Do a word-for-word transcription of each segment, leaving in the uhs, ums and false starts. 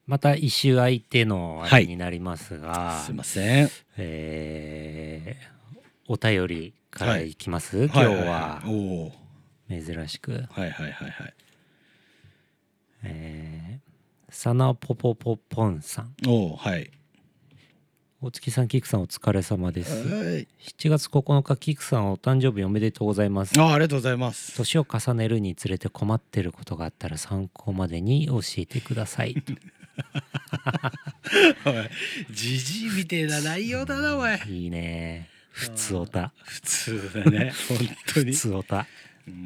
また一周空いてのあれになりますが、 はい、すいません、 えー、お便りからいきます、はい、今日は珍しく、 はいはいはいはい、 えー、サナポポポポンさん、 おはい、 大月さん、キクさんお疲れ様です。 はい、 しちがつここのか、キクさんお誕生日おめでとうございます。 あありがとうございます。 年を重ねるにつれて困ってることがあったら参考までに教えてください。 おい、じじいみてえな内容だなおい。 いいね、普通オタ。 普通だね本当に普通オタ。 うん、うん、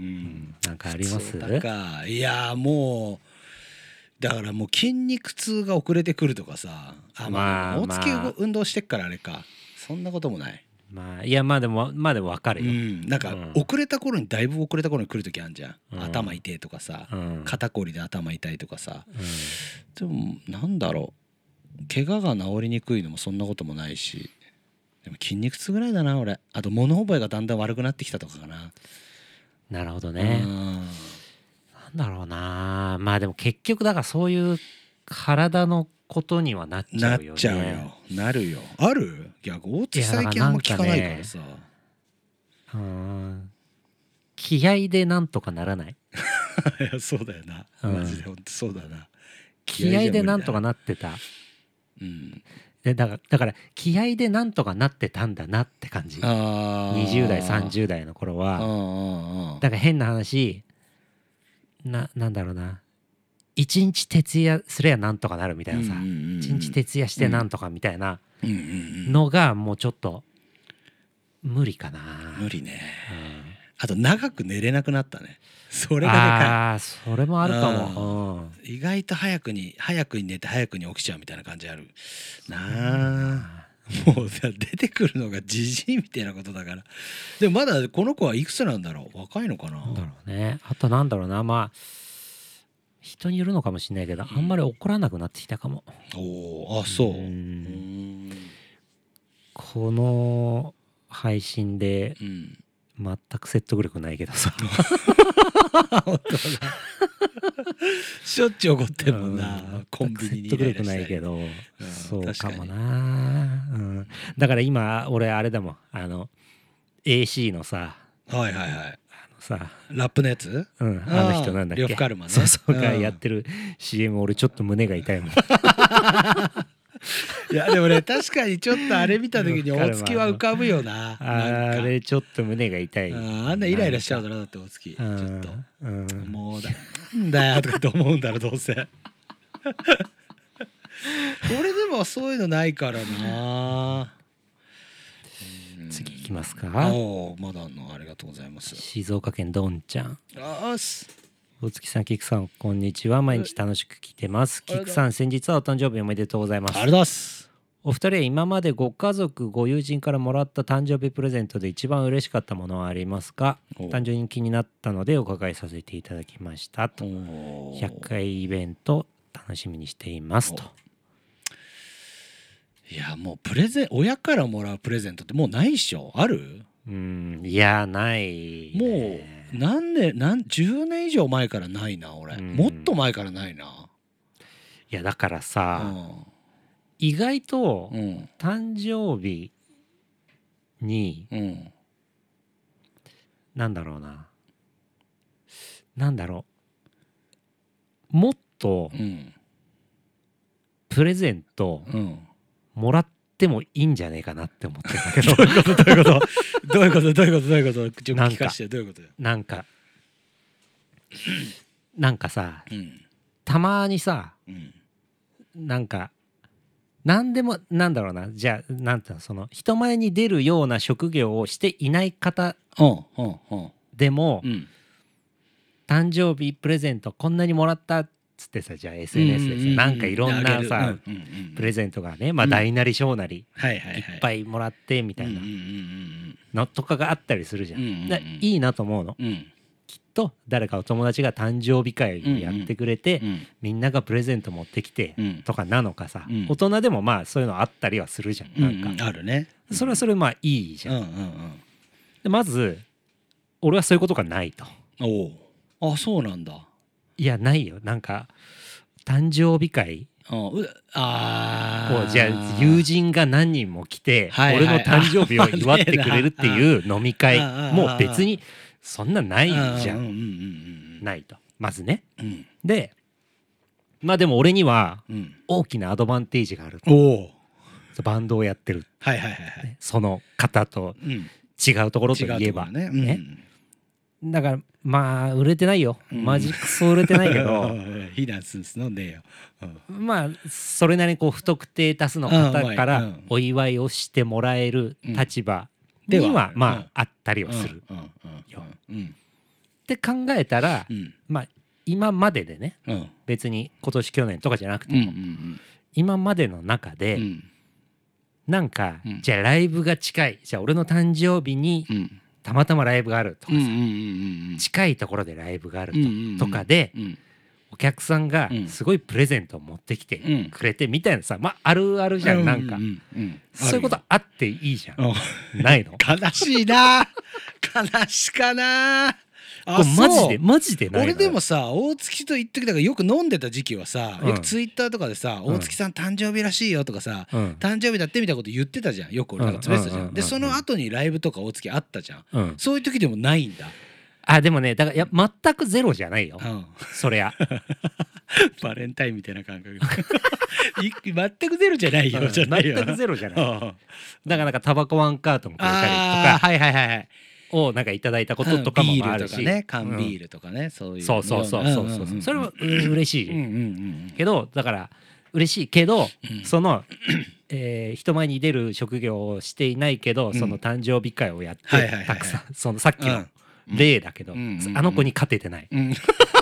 なんかあります？ かいやもうだからもう筋肉痛が遅れてくるとかさ、あまあ大月運動してっからあれか、そんなこともない。 まあいやまあでもまあでも分かるよ、うん、 なんか遅れた頃にだいぶ遅れた頃に来る時あるじゃん、うん、頭痛いとかさ、 うん、 肩こりで頭痛いとかさ、うん、でもなんだろう、怪我が治りにくいのもそんなこともないし、でも筋肉痛ぐらいだな俺。あと物覚えがだんだん悪くなってきたとかかな。 なるほどね。なんだろうな、まあでも結局だからそういう体のことにはなっちゃうよね。 なっちゃうよ、なるよ。ある？逆大津最近あんま聞かないからさ、ね、 うん、気合でなんとかならない？ いやそうだよな、マジで本当そうだな。 気合でなんとかなってた。うん。でだからだから気合でなんとかなってたんだなって感じ。にじゅう代さんじゅう代の頃はだから変な話な、なんだろうな、一日徹夜すればなんとかなるみたいなさ、一日徹夜してなんとかみたいなのがもうちょっと無理かな。 無理ね、うん、あと長く寝れなくなったね。それがでかい。 ああそれもあるかも、 うん、意外と早くに早くに寝て早くに起きちゃうみたいな感じあるなあ。もう出てくるのがじじいみたいなことだから。でもまだこの子はいくつなんだろう、若いのかな。 なんだろうね。あとなんだろうな、まあ人によるのかもしれないけど、あんまり怒らなくなってきたかも。 おお、あそう。うん、 この配信で全く説得力ないけどさ、 本当だしょっちゅう怒ってるもんな、うん、コンビニに説得力ないけど、うん、そうかもな、うん、だから今俺あれだもん、あの エーシー のさ、 はいはいはい、あのさラップのやつ、 うん、あの人なんだっけ、 呂布カルマね、 そうそうがやってる シーエム、 俺ちょっと胸が痛いもん。 いやでもね確かにちょっとあれ見た時に大月は浮かぶよな。 あれちょっと胸が痛い。 あんなイライラしちゃうだろだって大月、ちょっと、うん、もうだなんだよとかって思うんだろどうせ。俺でもそういうのないからな。 次いきますか。 おまだあんの、ありがとうございます。 静岡県どんちゃん。 あーす大月さん、キクさん、こんにちは。毎日楽しく聞いてます。キクさん、先日はお誕生日おめでとうございます。 ありがとうございます。 お二人は今までご家族ご友人からもらった誕生日プレゼントで一番嬉しかったものはありますか？単純に気になったのでお伺いさせていただきましたと。ひゃっかいイベント楽しみにしていますと。 いやもうプレゼン、親からもらうプレゼントってもうないっしょ。ある？ うん、いやない、ね、 もう何年何じゅうねん以上前からないな俺、うん、もっと前からないな。 いやだからさ、うん、意外と誕生日に、うん、なんだろうななんだろうもっとプレゼントもらってもいいんじゃねえかなって思ってるんだけど。 どういうことどういうことどういうことどういうことどういうことちょっと聞かせて。どういうことよ。 なんかなんかさ、うん、たまにさ、うん、なんか何でもなんだろうな、じゃあなんていうの、その人前に出るような職業をしていない方でも、うん、誕生日プレゼントこんなにもらったっつってさ、じゃあ エスエヌエス でさ、なんかいろんなさプレゼントがね、まあ大なり小なりいっぱいもらってみたいなのとかがあったりするじゃん。いいなと思うの。きっと誰かお友達が誕生日会やってくれて、みんながプレゼント持ってきてとかなのかさ、大人でもまあそういうのあったりはするじゃん。なんかあるね。 それはそれまあいいじゃん。でまず俺はそういうことがないと。 おあ、そうなんだ。 いやないよ。なんか誕生日会うんうあをじゃあ友人が何人も来て、 はいはい俺の誕生日を祝ってくれるっていう飲み会あもう別にそんなないじゃうんうんうんん。ないとまずね。 うんでまあでも俺にはうん大きなアドバンテージがある。 おおバンドをやってる、 はいはいはいはいその方とうん違うところといえば違うところねね。だからまあ売れてないよ、 うんマジクソ売れてないけど非難すんすのねえよ、うんまあそれなりにこう不特定多数の方かうんうらんお祝いをしてもらえる立場ではにはまうんああったりはするうんうんようんって考えたらうんまあ今まででねうん別に今年去年とかじゃなくてうんうもん今までの中うでんなんかうんじゃあライブが近いじゃあ俺の誕生日にうんたまたまライブがあるとかさうんうんうんうん近いところでライブがあるうんうんうんととかでうんお客さんがすごいプレゼントを持ってきてくれてみたいなさまああるあるじゃんなんかううんうんそういうことあっていいじゃんうんないの悲しいな悲しかなあこれマジそうでマジでないの俺でもさ大月と言ってきたからよく飲んでた時期はさ、 うんよくツイッターとかでさ、 うん大月さん誕生日らしいよとかさ、 うん誕生日だってみたいなこと言ってたじゃんよく俺なんか詰めてたじゃん、 うんうんうんうんでその後にライブとか大月あったじゃん、 うんそういう時でもないんだ、 あでもねだからいや全くゼロじゃないようん、 そりゃバレンタインみたいな感覚い全くゼロじゃないよ、 うんじゃないよ全くゼロじゃないうんだからなんかタバコワンカートンくれたりとかあーはいはいはいはいをなんかいただいたこととかもビーあるしルとかね缶ビールルとかね、そういうそうそうそうそうそうそれはう嬉しうんうんういんけどだから嬉しいけどうんそのえー人前に出る職業をしていないけどんその誕生日会をやっはいはいはいはいてたくさんそのさっきのうん例だけどうんうんうんうんあの子に勝ててないうん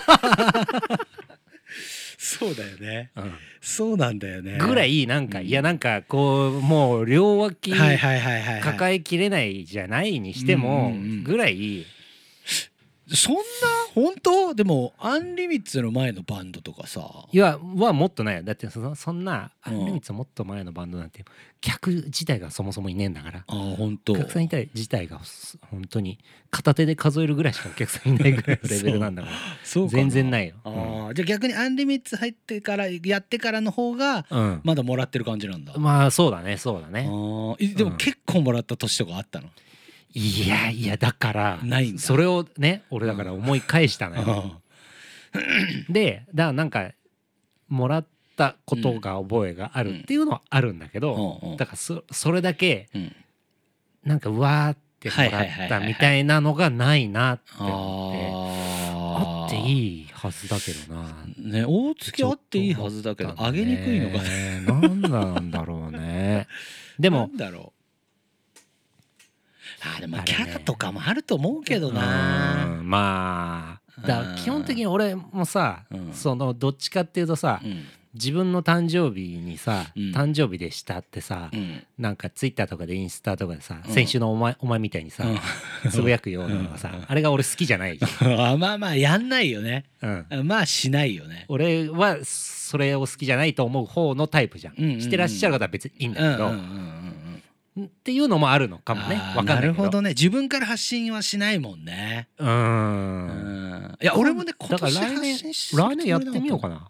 そうだよねうんそうなんだよねぐらいなんかうんいやなんかこうもう両脇はいはいはいはいはい抱えきれないじゃないにしてもうんうんうんぐらいそんな本当でもアンリミッツの前のバンドとかさいやはもっとないよだってそのそんなアうんンリミッツもっと前のバンドなんて客自体がそもそもいねえんだからあ本当お客さんいたい自体が本当に片手で数えるぐらいしかお客さんいないぐらいのレベルなんだからそうかな全然ないよあーじゃあ逆にアンリミッツ入ってからやってからの方がうんまだもらってる感じなんだ、 まあそうだねそうだあねーいでもうん結構もらった年とかあったの、 いやいやだからないんだそれをね俺だから思い返したのよでだからなんかもらったことが覚えがあるっていうのはあるんだけど、 うんうんだから そ, それだけうんなんかうわーってもらったみたいなのがないなって思ってああっていいはずだけどなね大月あっていいはずだけど上げにくいのがねねなんなんだろうねでもなんだろうあーでもあれねキャラとかもあると思うけどなうんまあだから基本的に俺もさ、 うんそのどっちかっていうとさ、 うん自分の誕生日にさ、 うん誕生日でしたってさ、 うんなんかツイッターとかでインスタとかでさ、 うん先週のお前お前みたいにさ、つぶやくようなのがさ、あれが俺好きじゃないじあまあまあやんないよねゃん、うん、 まあしないよね俺はそれを好きじゃないと思う方のタイプじゃん、 うんうんうんしてらっしゃる方は別にいいんだけど、 うんうんうんうんっていうのもあるのかもねあーわかんないけどなるほどね自分から発信はしないもんねうーんうんいや俺もね今だから年来年発信し来年やってみようかな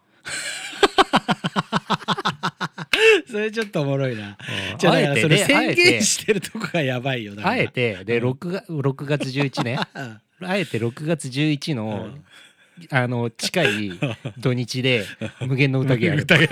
それちょっとおもろいなうんじゃあだからそれで宣言してるとこがやばいよだからあえてでろくがつろくがつじゅういちねうんあえてろくがつじゅういちの、 うんあの近い土日で無限の宴やる宴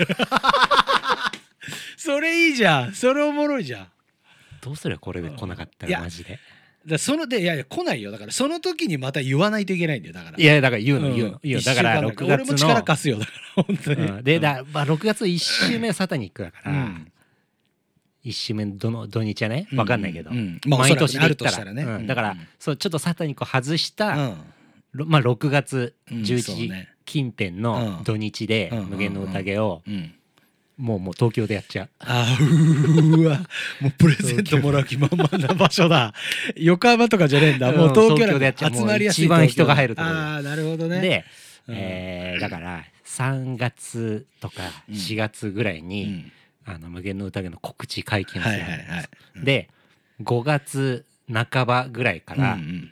それいいじゃんそれおもろいじゃんどうするこれで来なかったいやらマジでだそのでいやいや来ないよだからその時にまた言わないといけないんだよだからいやだから言うのうん言うの言うの一だから週間ろくがつ俺も力の貸すよだから本当にうんでだまあろくがついち週目はサタニックだからうんいち週目のどの土日はねうん分かんないけどうんうんまあ毎年で言ったおそらくねあるとしたらねうんだからうんそうちょっとサタニックを外したうんろまあろくがつじゅういちうんそうね近辺の土日でうん無限の宴をうんもうもう東京でやっちゃうあーうわもうプレゼントもらう気満々な場所だ横浜とかじゃねえんだもう東京東京でやっちゃう集まりやすいもう一番人が入るところああなるほどねで、 うんえーだからさんがつとかうんしがつぐらいに、 うんあの無限の宴の告知解禁をすはいるんです、 はいはいうんでごがつなかばぐらいから、 うんうん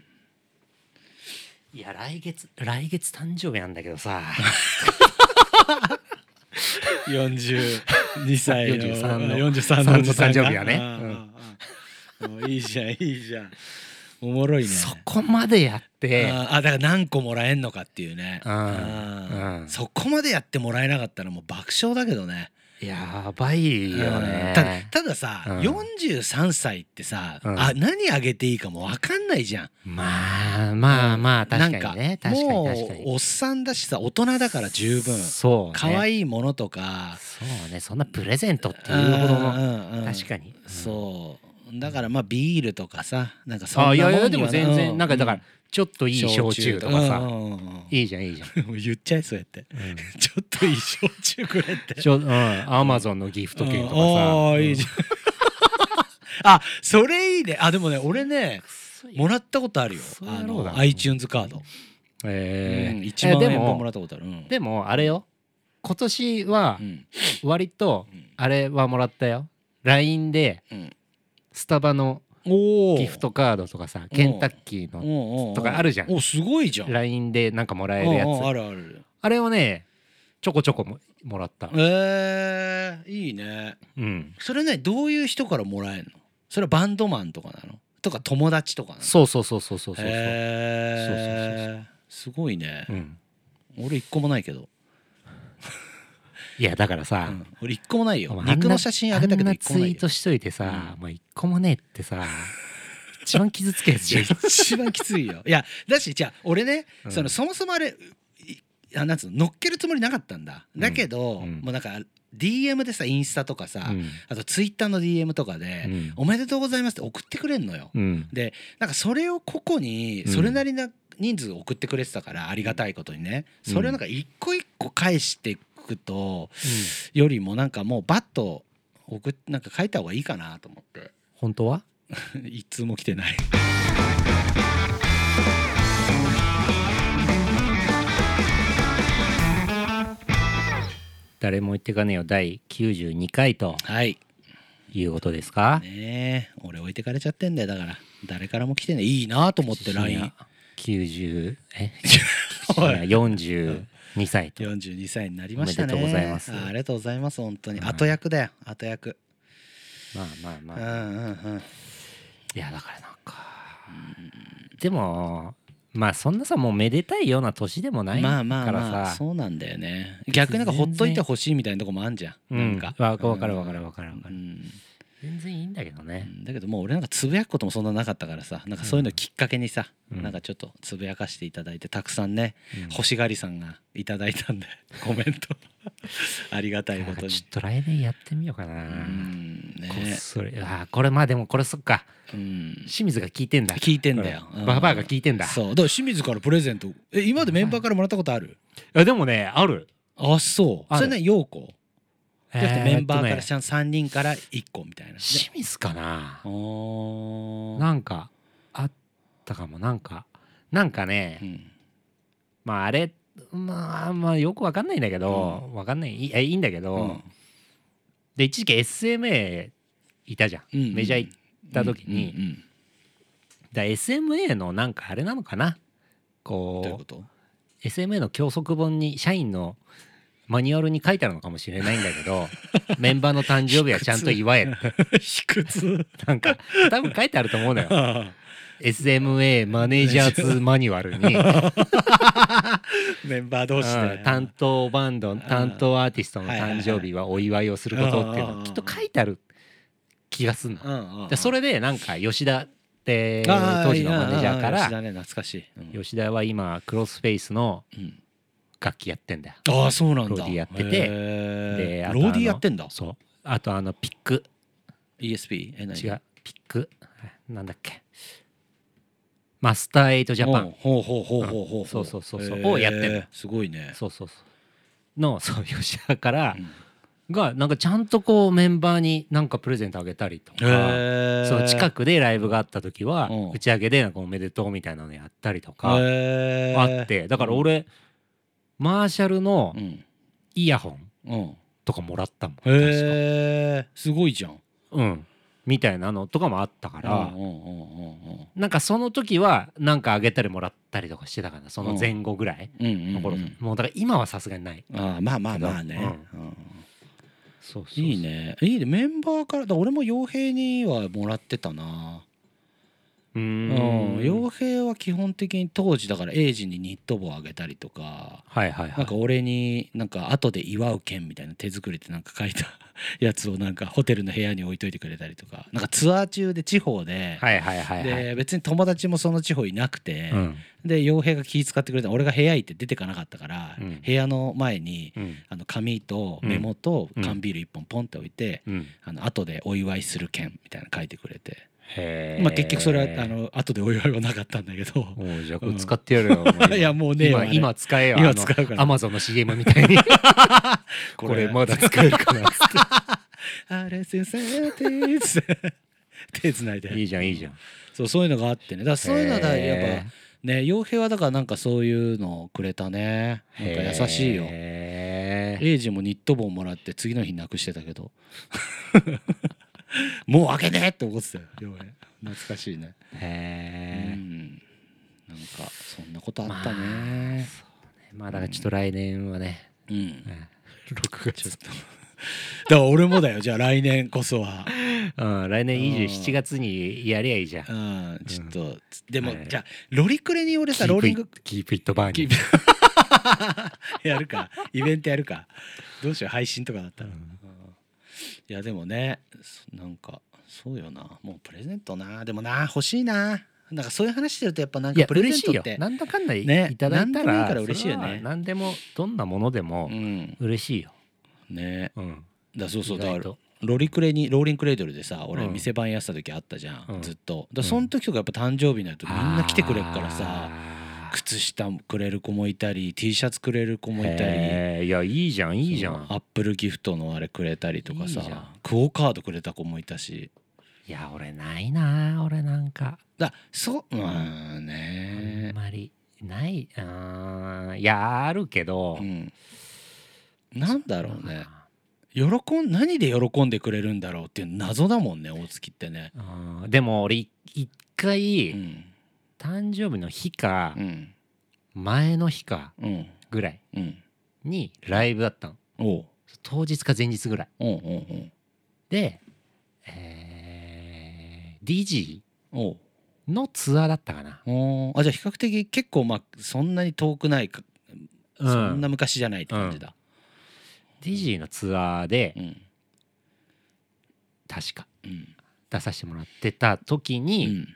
いや来月来月誕生日なんだけどさよんじゅうにさいのよんじゅうさんのよんじゅうさんのおじさんが誕生日はね、 うん、うん、いいじゃんいいじゃん、おもろいね。 そこまでやってああ、だから何個もらえんのかっていうね。 うんあ、 うん、 そこまでやってもらえなかったらもう爆笑だけどね。 やばいよね。 ただたださ、 うん、 よんじゅうさんさいってさ、うん、あ、何あげていいかも分かんないじゃん。 まあまあまあ確かにね、確かにもう確かに。 おっさんだしさ、大人だから十分そう、ね、 可愛いものとか、 そうね、そんなプレゼントっていうほどの、うんうん、確かに、 うん、そうだからまあビールとかさ、なんかそんなもんには、 あ、いやいやでも全然なんかだから、うん、ちょっといい焼酎とかさ、うんうんうん、いいじゃんいいじゃん言っちゃいそうやって、うん、ちょっといい焼酎くれってちょ、うん、アマゾンのギフト券とかさ、 ああ、いいじゃんあ、それいいね。あ、でもね、俺ねもらったことあるよ、あの iTunes カード、えーうん、いちまんえん分もらったことある、うん、 でもあれよ、今年は割とあれはもらったよ、 ライン でスタバのギフトカードとかさ、ケンタッキーのとかあるじゃん。 お、すごいじゃん。 ライン でなんかもらえるやつ、 あるある、 あれをねちょこちょこ も, もらった。 えー、いいね、うん、それね、どういう人からもらえるの？それはバンドマンとかなの？とか友達とかなの？そうそうそうそうそうそうそう、 へー、すごいね、うん、俺一個もないけどいやだからさ、うん、 俺一個もないよ。肉の写真あげたけど一個もないよ。 あんなツイートしといてさ、うん、もう一個もねえってさ一番傷つけやつじゃん一番きついよ。いやだし、じゃあ俺ね、うん、そのそもそもあれあ、なんつうの、乗っけるつもりなかったんだ。だけど、うん、もうなんか ディーエム でさ、インスタとかさ、うん、あとツイッターの ディーエム とかで、うん、おめでとうございますって送ってくれんのよ、うん、でなんかそれを個々にそれなりな人数送ってくれてたから、ありがたいことにね、それをなんか一個一個返していくと、うん、よりもなんかもうバッと送っなんか書いた方がいいかなと思って。 本当は一通も来てない誰も言ってかねえよだいきゅうじゅうにかいと、はい、いうことですかね。え、俺置いてかれちゃってんだよ。だから誰からも来てねえ。いいなと思って ラインきゅうじゅうえよんじゅうにさいとよんじゅうにさいになりましたね。 おめでとうございます。 あ, ありがとうございます。本当に、うん、後役だよ、後役。 まあまあまあ、 うんうんうん、 いやだからなんか、うん、でもまあそんなさ、もうめでたいような年でもないからさ、まあまあまあそうなんだよね。逆になんかほっといてほしいみたいなとこもあんじゃん、 うん、 なんかわかるわかるわかるわかる、うん、全然いいんだけどね、 うん、だけどもう俺なんかつぶやくこともそんななかったからさ、なんかそういうのきっかけにさ、うん、なんかちょっとつぶやかしていただいて、たくさんね、うん、欲しがりさんがいただいたんでコメントありがたいことに。 ちょっと来年やってみようかな、うんね、こっそり。あ、これまあでもこれそっか、うん、清水が聞いてんだ。 聞いてんだよ、うん、 ババアが聞いてんだ。 そうだから清水からプレゼント、え今までメンバーからもらったことある？ いやでもね、ある。 あ、そうそれね、陽子だってメンバーからちゃんさんにんからいっこみたいな。 清水かな、なんかあったかも。なんかなんかね、うん、まああれまあまあよくわかんないんだけど、うん、わかんないいいいんだけど、うん、で一時期 エスエムエー いたじゃん、うんうん、メジャー行った時に、うんうん、だ エスエムエー のなんかあれなのかな、こう、どういうこと？ エスエムエー の教則本に社員のマニュアルに書いてあるのかもしれないんだけどメンバーの誕生日はちゃんと祝えって卑屈なんか多分書いてあると思うのよエスエムエー マネージャーズマニュアルにメンバー同士で担当バンド担当アーティストの誕生日はお祝いをすることっていうのきっと書いてある気がするの。でそれでなんか吉田って当時のマネージャーから、 吉田ね、懐かしい、 うん、吉田は今クロスフェイスの楽器やってんだよ。 ああそうなんだ。 ローディやってて、でローディやってんだ。 そう、あとあのピックイーエスピー え何違うピックなんだっけマスターエイトジャパン、 ほうほうほうほうほう、 そうそうそうそうをやってる。 すごいね。 そうそうそうのそう吉田から、うんがなんかちゃんとこうメンバーになんかプレゼントあげたりとか、その近くでライブがあった時は打ち上げでなんかおめでとうみたいなのやったりとかあって、だから俺マーシャルのイヤホンとかもらったもん。確か。 へー、すごいじゃん。 うんみたいなのとかもあったから、なんかその時はなんかあげたりもらったりとかしてたかな、その前後ぐらいの頃。もうだから今はさすがにない。 あ、まあまあまあね。 そうそうそういいねいいねメンバーからだ俺も傭兵にはもらってたな。 うーうんん傭兵は基本的に当時だからエイジにニット帽あげたりとか、 はいはいはいなんか俺になんか後で祝う券みたいな手作りってなんか書いたやつをなんかホテルの部屋に置いといてくれたりとか、なんかツアー中で地方で、 はいはいはいはいで別に友達もその地方いなくて、 うんで傭兵が気遣ってくれた。俺が部屋行って出てかなかったから、 うん部屋の前にうんあの紙とメモとうん缶ビールいっぽんポンって置いて、 うんあの後でお祝いする券みたいなの書いてくれて、 へえまあ結局それはあの後でお祝いはなかったんだけどもうじゃあこれ使ってやるよ、もう今いやもうねえわ今あれ今使えよ、 今使うからアマゾンの シーエム みたいにこれまだ使えるかなっつっあれ先生手つって手つないでていいじゃんいいじゃん。 そうそういうのがあってね。だからそういうのだやっへぱね傭兵はだからなんかそういうのをくれたね。なんか優しいよ。 へーエイジもニット帽もらって次の日なくしてたけどもう開けてって思ってたよ傭兵。懐かしいね。うへーんなんかそんなことあったね。 まあだからちょっと来年はね、 うんうんろくがつちょっとだから俺もだよ。じゃあ来年こそはうん来年にじゅうしちがつにやりゃいいじゃん。 うんちょっとでもはいじゃあロリクレに俺さローリングキープイットバーキにープやるかイベントやるかどうしよう配信とかだったら、うんいやでもねそなんかそうよな。もうプレゼントなでもな欲しいな。なんかそういう話してるとやっぱなんいやかプレゼ嬉しいよントってなんだかんだいねいただいたら何でもいいから嬉しいよねそれは何でもどんなものでもうん嬉しいよ。 ねうんだそうそうだから意外とロリクレにローリンクレードルでさ俺うん店番やってた時あったじゃん、 うんずっとだその時とかやっぱ誕生日になるとみんな来てくれるからさあー靴下くれる子もいたり T シャツくれる子もいたりへーいやいいじゃんいいじゃん。 アップルギフトのあれくれたりとかさいいじゃんクオカードくれた子もいたしいや俺ないな俺なんかだそうまああねんまりないあーいやあるけど、 うんなんだろうねそ喜ん何で喜んでくれるんだろうっていう謎だもんね大月ってね。 あーでも俺い一回、 うん誕生日の日かうん前の日かうんぐらいうんにライブだったの。 おう当日か前日ぐらいおうおうおうで、えー、ディジおうーのツアーだったかな、 おーあじゃあ比較的結構まあそんなに遠くないか、 うんそんな昔じゃないって感じだ。 ディジーのツアーでうん確かうん出させてもらってた時うに、 ん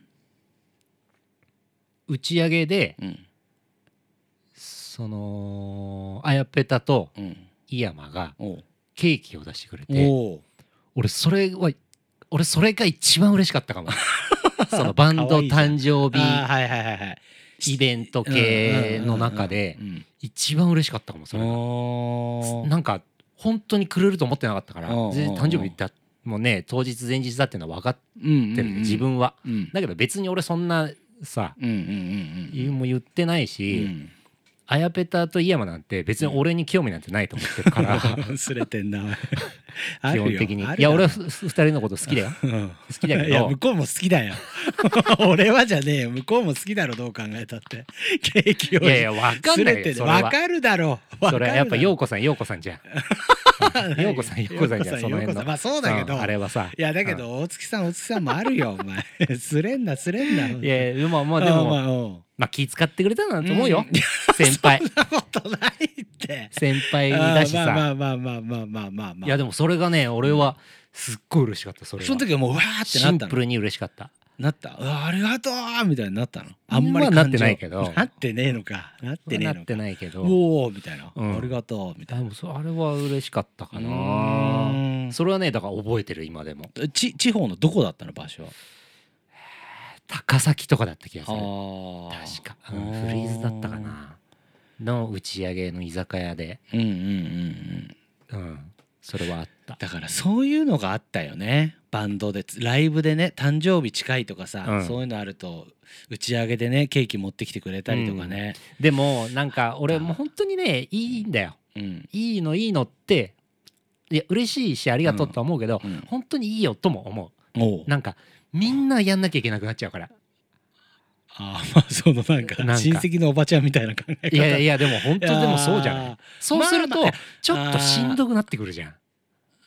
打ち上げでうんそのあやぺたとうん井山がおうケーキを出してくれておう俺それは俺それが一番嬉しかったかもそのバンド誕生日あーはいはいはいはいイベント系の中でうんうんうんうん一番嬉しかったかもそれがおーなんか本当にくれると思ってなかったからうんうんうん全然誕生日だもうね当日前日だっていうのは分かっうんうんうんてるんで自分はうんだけど別に俺そんなさうんうんうん言うも言ってないし、 うんあやぺたと井山なんて別に俺に興味なんてないと思ってるから、 忘れてんな基本的にあるよいや俺はふふ二人のこと好きだようん好きだけいやど向こうも好きだよ俺はじゃねえよ向こうも好きだろどう考えたってケーキをいやいや分かんないよそれはわかるだろうそれはやっぱよ陽子さん陽子さんじゃん陽子さん陽子さんじゃんその辺のまあそうだけどうんあれはさいやだけど大月さん大月さんもあるよお前すれんなすれんないやいやまあまあであもまあうんまあ気使ってくれたんだと思うようん先輩そんなことないって先輩だしあーまあさまあまあまあまあまあまあまあいやでもそれがね俺はすっごい嬉しかったそれはその時はもううわーってなったのシンプルに嬉しかったなったうわありがとうみたいになったのあんまりまあなってないけど感情なってねえのかなってねえのかなってないけどおおみたいな、 うんありがとうみたいなでもそあれは嬉しかったかうなーんそれはねだから覚えてる今でもち地方のどこだったの場所は高崎とかだった気がするあ確か、うんフリーズだったかなの打ち上げの居酒屋でうんうんうんうんうんそれはあっただからそういうのがあったよねバンドでライブでね誕生日近いとかさ、 うんそういうのあると打ち上げでねケーキ持ってきてくれたりとかね、 でもなんか俺もう本当にねいいんだようんいいのいいのっていや嬉しいしありがとうとは思うけど、 うん本当にいいよとも思おううなんかみんなやんなきゃいけなくなっちゃうからあーまあそのなんかなんか親戚のおばちゃんみたいな考え方いやいやでも本当でもそうじゃないやーそうするとまあまあちょっとしんどくなってくるじゃん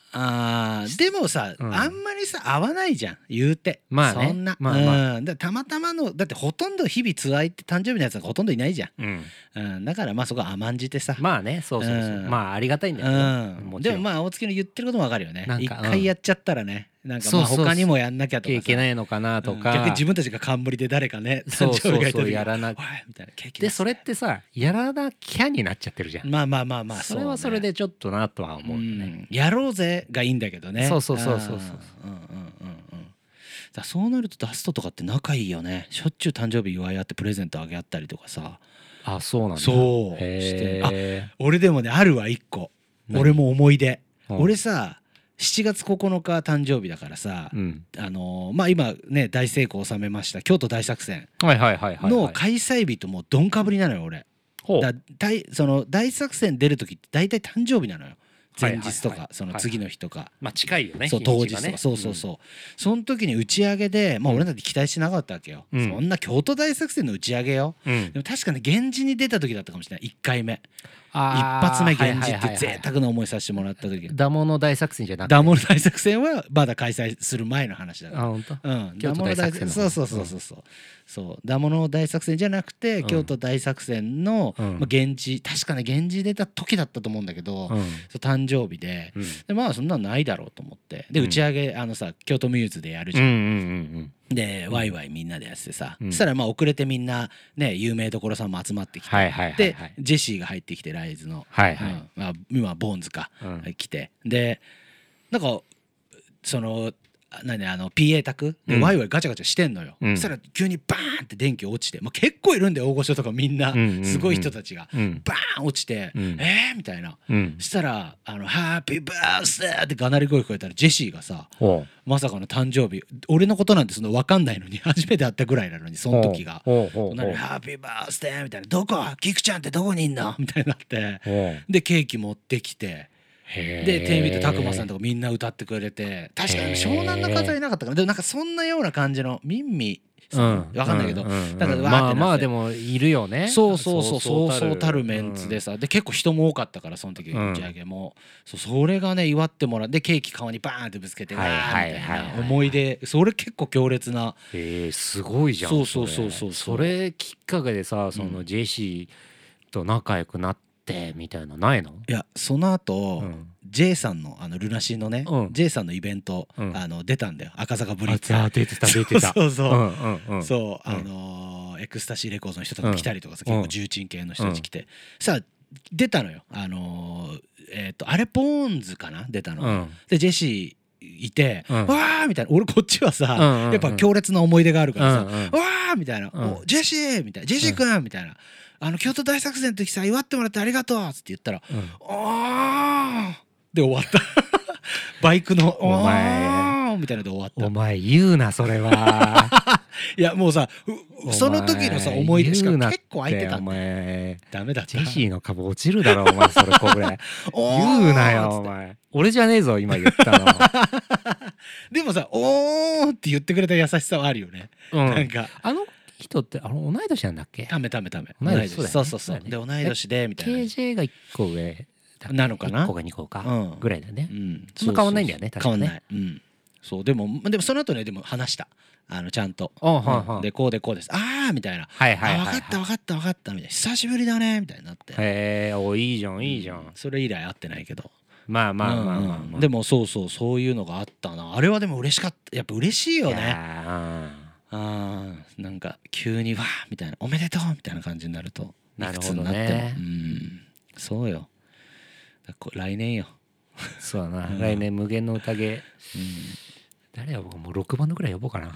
あーでもさ、 うんあんまりさ合わないじゃん言うて、 まあねそんな、 まあまあうん、だたまたまのだってほとんど日々つわいって誕生日のやつがほとんどいないじゃん、 うんうん、だからまあそこは甘んじてさ、 まあねそうそうそう、 うんまあありがたいんだよ、 うん、 もちろんでもまあ大月の言ってることもわかるよね。 なんか一回やっちゃったらね、なんかまあそうそうそう他にもやんなきゃとかさいけないのかなとか、 うん逆に自分たちが冠で誰かねそうそうそう誕生日がいた時にやらなおいみたいなケーキでそれってさやらなきゃになっちゃってるじゃん、 まあまあまあまあそれはそれでちょっとなとはそう思うよね、 ね、うん、やろうぜがいいんだけどね。 そうそうそうそうそううんうんうんうんだそうなるとダストとかって仲いいよね。しょっちゅう誕生日祝い合ってプレゼントあげ合ったりとかさ。 あそうなんだそうへーあ俺でもねあるわ一個何俺も思い出、 うん俺さしちがつここのか誕生日だからさ、 うんあのーまあ今ね大成功を収めました京都大作戦はいはいはいはい、はい、 の開催日ともうどんかぶりなのよ俺。 ほうだ大その大作戦出る時って大体誕生日なのよ。前日とはいはいはいかその次の日とか、 まあ近いよねそう日当日とか、 にちがねそうそうそう、その時に打ち上げでまあ俺なんて期待してなかったわけよ、 うんそんな京都大作戦の打ち上げよ、 うん、うんでも確かに源氏に出た時だったかもしれないいっかいめ一あー発目源氏ってはいはいはいはい贅沢な思いさせてもらった時ダモの大作戦じゃなくてダモの大作戦はまだ開催する前の話だからあ本当うん、 京都大作戦のそうそうそうそうそうそうダモの大作戦じゃなくて、 うん京都大作戦の、 うんまあ、源氏確かね源氏出た時だったと思うんだけど、 うんそう誕生日でうんでまあそんなのないだろうと思ってでうん打ち上げあのさ京都ミューズでやるじゃん、 うんうんうんでワイワイみんなでやっててさ、 うんそしたらまあ遅れてみんなね有名どころさんも集まってきて、 はいはいはいではいジェシーが入ってきてライズの、 はいはいうんまあ、今ボーンズか、 うん来てでなんかそのあ何あの ピーエー 卓でうんワイワイガチャガチャしてんのよ、 うんそしたら急にバーンって電気落ちて、まあ、結構いるんだよ大御所とかみんな、 うんうんうんすごい人たちが、 うんバーン落ちて、 うんえーみたいな、 うんそしたら「あのハッピーバースデー!」ってがなり声聞こえたらジェシーがさほうまさかの誕生日俺のことなんてその分かんないのに初めて会ったぐらいなのにその時がほうほうほう隣にハッピーバースデーみたいな「どこキクちゃんってどこにいんの?」みたいになってほうでケーキ持ってきてへーでテレビで拓磨さんとかみんな歌ってくれて確かに湘南の風はいなかったかなでもなんかそんなような感じのミンミうんわかんないけどうんうんうんだからわーってなってまあまあでもいるよねそうそうそうそうそうたるメンツでうんさで結構人も多かったからその時うん打ち上げもそうそれがね祝ってもらってケーキ顔にバーンってぶつけてわはいーはいみたいはいはいな思い出それ結構強烈なえー、すごいじゃんそうそうそうそうそれそれきっかけでさそのジェシーと仲良くなってみたいなないの？ いやその後、 うん J さんのあのルナシーのね、 うん J さんのイベント、 うんあの出たんだよ赤坂ブリッツあ出てた出てたそうそう、 うんうんうんそう、 うんあのーエクスタシーレコーズの人とか来たりとかさ、 うん結構重鎮系の人たち来て、さあ出たのよあのーえっ、とあれポーンズかな出たの、 うんでジェシーいて、 うんわーみたいな俺こっちはさ、 うんうんうんやっぱ強烈な思い出があるからさ、 うんうんわーみたいな、 うんおジェシーみたいなジェシーくんみたいな、あの京都大作戦の時さ祝ってもらってありがとうっつって言ったら、 うんあーで終わったバイクのお前あーみたいなので終わったお前言うなそれはいやもうさうその時のさ思い出しか言うなって結構空いてたおんだ前ダメだったジェシーの株落ちるだろお前それこれおー言うなよお前俺じゃねえぞ今言ったのでもさおーって言ってくれた優しさはあるよね、 うんなんかあの人ってあの同い年なんだっけためためため同い年そうだよねそうそうそうそうだよねで同い年でみたいなケージェー がいっこ上だっけなのかないっこかにこかうんぐらいだねうんそんな変わんないんだよね確かね変わんないうんそうでもでもその後ねでも話したあのちゃんとあはいはいでこうでこうですあーみたいなはいはいはいあ分かった分かった分かったみたいな久しぶりだねみたいになってへえおいいじゃんいいじゃんそれ以来会ってないけどまあまあまあまあうんまあうんでもそうそうそういうのがあったなあれはでも嬉しかったやっぱ嬉しいよいねやあーなんか急にわーみたいなおめでとうみたいな感じになるとなるほどねいくつになってもうんそうよだこ来年よ、 ーそうだなうん来年無限の宴うん、 誰呼ぼうもうろくばんのぐらい呼ぼうかな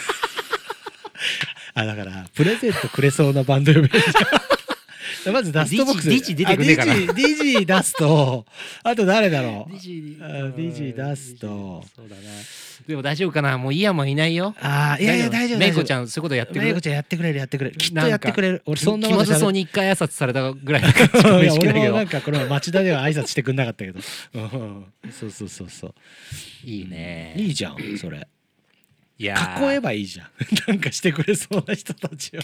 あだからプレゼントくれそうなバンド呼べるじゃんまずダストボックスディジディジ出てくんねえかなあディジディジ出すとあと誰だろうディジあディジ出すとそうだなでも大丈夫かなもうイヤマンいないよあーいやいや大丈夫メイコ大丈夫ちゃんそういうことやってくれるメイコちゃんやってくれるやってくれるきっとやってくれる俺そんな気まずそうにに一回挨拶されたぐらいしかいや認識ないけど俺もなんかこの町田では挨拶してくんなかったけどうんそうそうそうそういいねいいじゃんそれいやー囲えばいいじゃんなんかしてくれそうな人たちを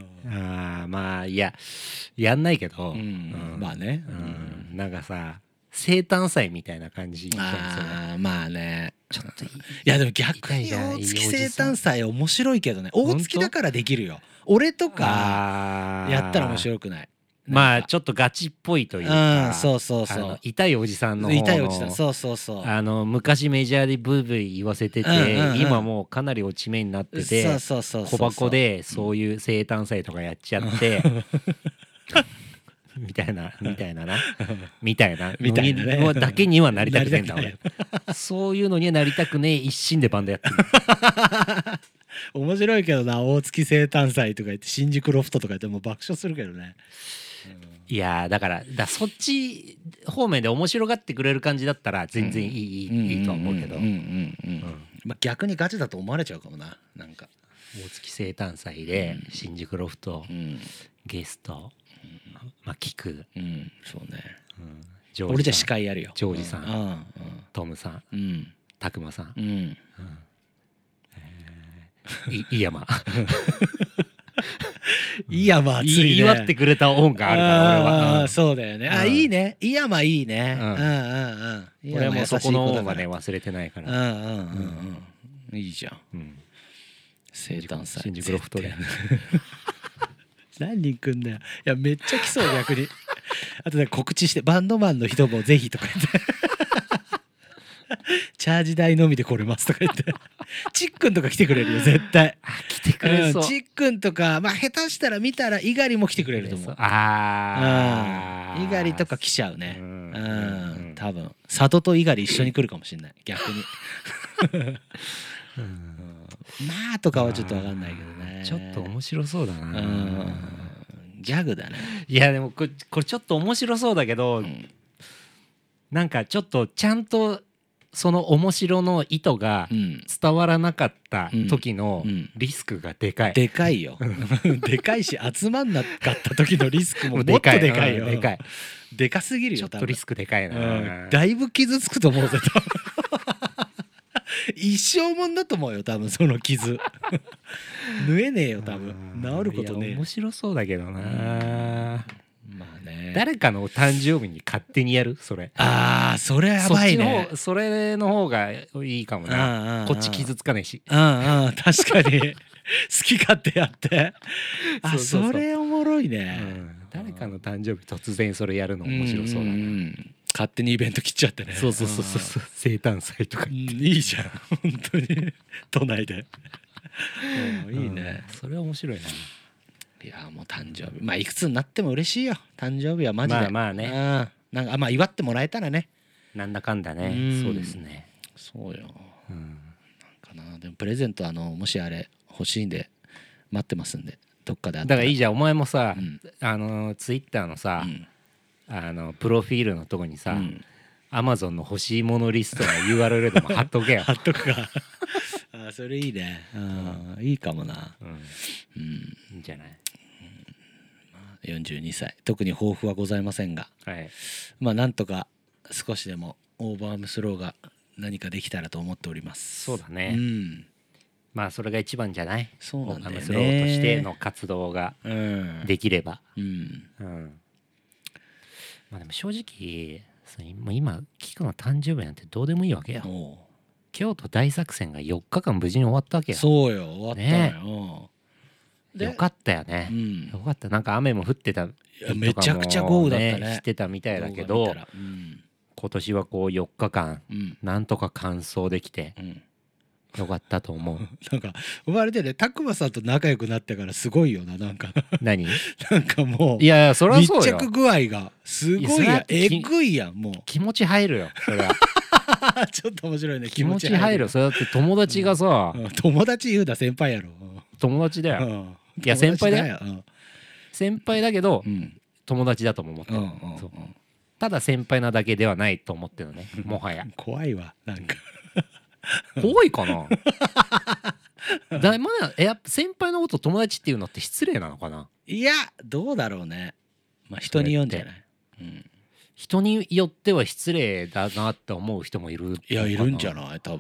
あーまあいややんないけど、 うんまあねうんなんかさ生誕祭みたいな感じじゃんそれ。 あーまあねちょっといいいやでも逆に痛いじゃん大月いいおじ生さん誕祭面白いけどね。大月だからできるよ。俺とかあーやったら面白くない？ まあなんかちょっとガチっぽいといううか、 んそうそうそうあの痛いおじさんの方の痛いおじさんそうそうそうあの昔メジャーでブーブー言わせてて、 うんうんうん今もうかなり落ち目になってて、 そうそうそうそう小箱でそういう生誕祭とかやっちゃって、みたいなみたいななみたいなみたいなねのにだけにはなりたくねえんだなり俺。そういうのにはなりたくねえ一心でバンドやってる。 面白いけどな。大月生誕祭とか言って新宿ロフトとか言ってもう爆笑するけどね。 いやーだからだそっち方面で面白がってくれる感じだったら全然いい、いいいいとは思うけど、 うんうんうんうんまあ逆にガチだと思われちゃうかもな。なんか大月生誕祭で新宿ロフト、 うんゲスト、まあ聞く、 うんそうね。 うんジョージさん俺じゃ司会やるよ。 ジョージさんうんトムさんうんうんたくまさんうんうんい井山いやまあ熱いね。 い祝ってくれた恩があるから俺は、 あーうんそうだよね。あうんいいね。いやまあいいね。 ううんんうんうん。 俺はもうそこの恩はねうん忘れてないから、 うんうんうん。いいじゃん。 うん生誕祭。 新宿ロフトで何人来んだよ。いやめっちゃ来そう逆に。あとね告知してバンドマンの人もぜひとか言って。チャージ代のみで来れますとか言ってチックンとか来てくれるよ絶対。 あ来てくれそう、 うんチックンとかまあ下手したら見たら猪狩も来てくれると思う。 ああうん猪狩とか来ちゃうね。 ううんんん多分里と猪狩一緒に来るかもしれない逆に。 うんまあとかはちょっと分かんないけどね。 ちょっと面白そうだうな、 んギャグだね。 いやでもこれこれちょっと面白そうだけど、 うんなんかちょっとちゃんとその面白の意図がうん伝わらなかった時のうんリスクがでかい、 でかいよ。でかいし集まんなかった時のリスクももっとでかいでかいよ。 うんでかいでかすぎるちょよ多分。 っとリスクでかいな、 うんだいぶ傷つくと思うぜ多分。一生もんだと思うよ多分その傷。縫えねえよ多分。治ることねえよいや面。白そうだけどな、 まあね。 誰かの誕生日に勝手にやるそれああそれやそっちのばいね方。それの方がいいかもうんうんうんなこっち傷つかないしうんうん確かに好き勝手やってあそうそうそうそれおもろいね、 うん誰かの誕生日突然それやるの面白そうだんね、 んん勝手にイベント切っちゃってね。 そうそうそうそうそう生誕祭とかうんいいじゃん本当に都内で。うんいいね。 うんそれは面白いな。 いやもう誕生日まあいくつになっても嬉しいよ誕生日はマジで。 まあまあねうんなんかまあ祝ってもらえたらね。 なんだかんだねうんそうですね、 そうようん、 かな。でもプレゼントあのもしあれ欲しいんで待ってますんでどっかであっただからいいじゃんお前もさ、 うんあのツイッターのさ、 うんあのプロフィールのとこにさ、 うんアマゾンの欲しいものリストの ユーアールエル でも貼っとけよ貼っとくか。あそれいいね。うんいいかもな。 うんうんいいんじゃないよんじゅうにさい特に抱負はございませんがはいまあなんとか少しでもオーバーアームスローが何かできたらと思っております。 そうだね、 うんまあそれが一番じゃないそうなんだよねオーバームスローとしての活動がうんできれば、 うんうんまあでも正直そのもう今キクの誕生日なんてどうでもいいわけよ。 おう京都大作戦がよっかかん無事に終わったわけよ。 そうよ終わったのよ。でよかったよねう、んよかった。なんか雨も降ってた、 いやめちゃくちゃ豪雨だったねしてたみたいだけ動ど画見たらうん今年はこうよっかかんうんなんとか完走できてうんよかったと思う。 なんか生まれてねたくまさんと仲良くなってからすごいよななんか何いなんかもうやいやそれは密そうよ。 着具合がすごいやんいやそれはえぐいやんもう気持ち入るよそれは。 ちょっと面白いね気持ち入るよ。それだって友達がさ、 うん友達言うな先輩やろ友達だよ。 うんいや先輩だよ友達先輩だけどうん友達だとも思ってる、 うんうんそうただ先輩なだけではないと思ってるのねもはや。 怖いわなんか怖いかなだまだやっぱ先輩のこと友達っていうのって失礼なのかな。 いやどうだろうねまあ人によるんじゃないうん人によっては失礼だなって思う人もいるのかないやいるんじゃない多分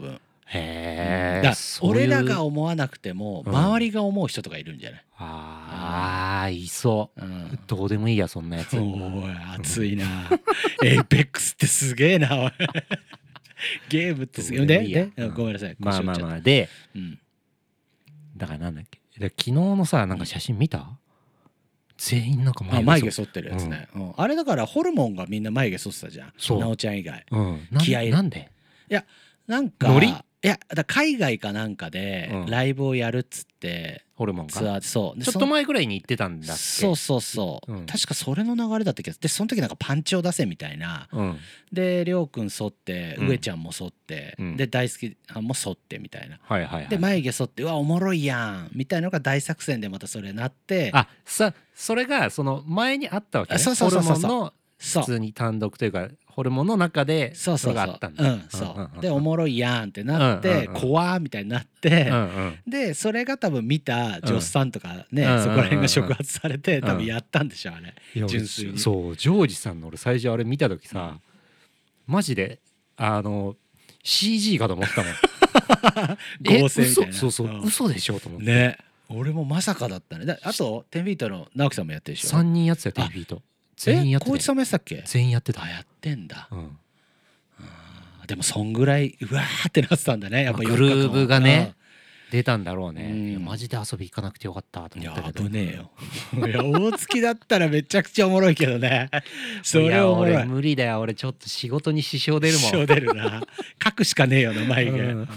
へえ、 だからそういう俺らが思わなくてもうん周りが思う人とかいるんじゃない？ ああいそううんどうでもいいやそんなやつおい熱いなエイペックスってすげえなおいゲームってすげえでどうでもいいやでうんごめんなさいまあまあまああでうんだからなんだっけで昨日のさなんか写真見た全員なんかあ眉眉毛そ毛剃ってるやつねうんあれだからホルモンがみんな眉毛剃ってたじゃんそうなおちゃん以外うんなん気合いなんでいやなんかノリいやだから海外かなんかでうんライブをやるっつってホルモンツアがーでそうでちょっと前ぐらいに行ってたんだっけそうそうそう、 うん確かそれの流れだった気がするでその時なんかパンチを出せみたいなうんでりょうくん剃ってうん上ちゃんも剃って、 うんで大好きさんも剃ってみたいなはいはいはいで眉毛剃ってうわおもろいやんみたいなのが大作戦でまたそれなってあさそれがその前にあったわけねあそうそうホそうそうルモンのそう普通に単独というかホルモンの中でそうそうそうれがあったんだうんそうでおもろいやんってなってうんうんうん怖ーみたいになってうんうんでそれが多分見た女子さんとかね、 うんそこら辺が触発されてん多分やったんでしょあれ、 いや純粋にそうジョージさんの俺最初あれ見た時さ、マジであの シージー かと思ったもんえ合成みたいな嘘そうそう、 うん嘘でしょと思って、 ね俺もまさかだったねだあとテンフィートの直樹さんもやってるでしょさんにんやってたよテンフィート全員やってたよえ光一さんもやってたっけ全員やってたあやってんだ、 うんでもそんぐらいうわーってなってたんだねやっぱまあグルーヴがねうん出たんだろうね、 うんいやマジで遊び行かなくてよかったといや思ったけど危ねえよいや大月だったらめちゃくちゃおもろいけどねそれいやおもろい俺無理だよ俺ちょっと仕事に支障出るもん支障出るな書くしかねえよな眉毛、 うんうんうん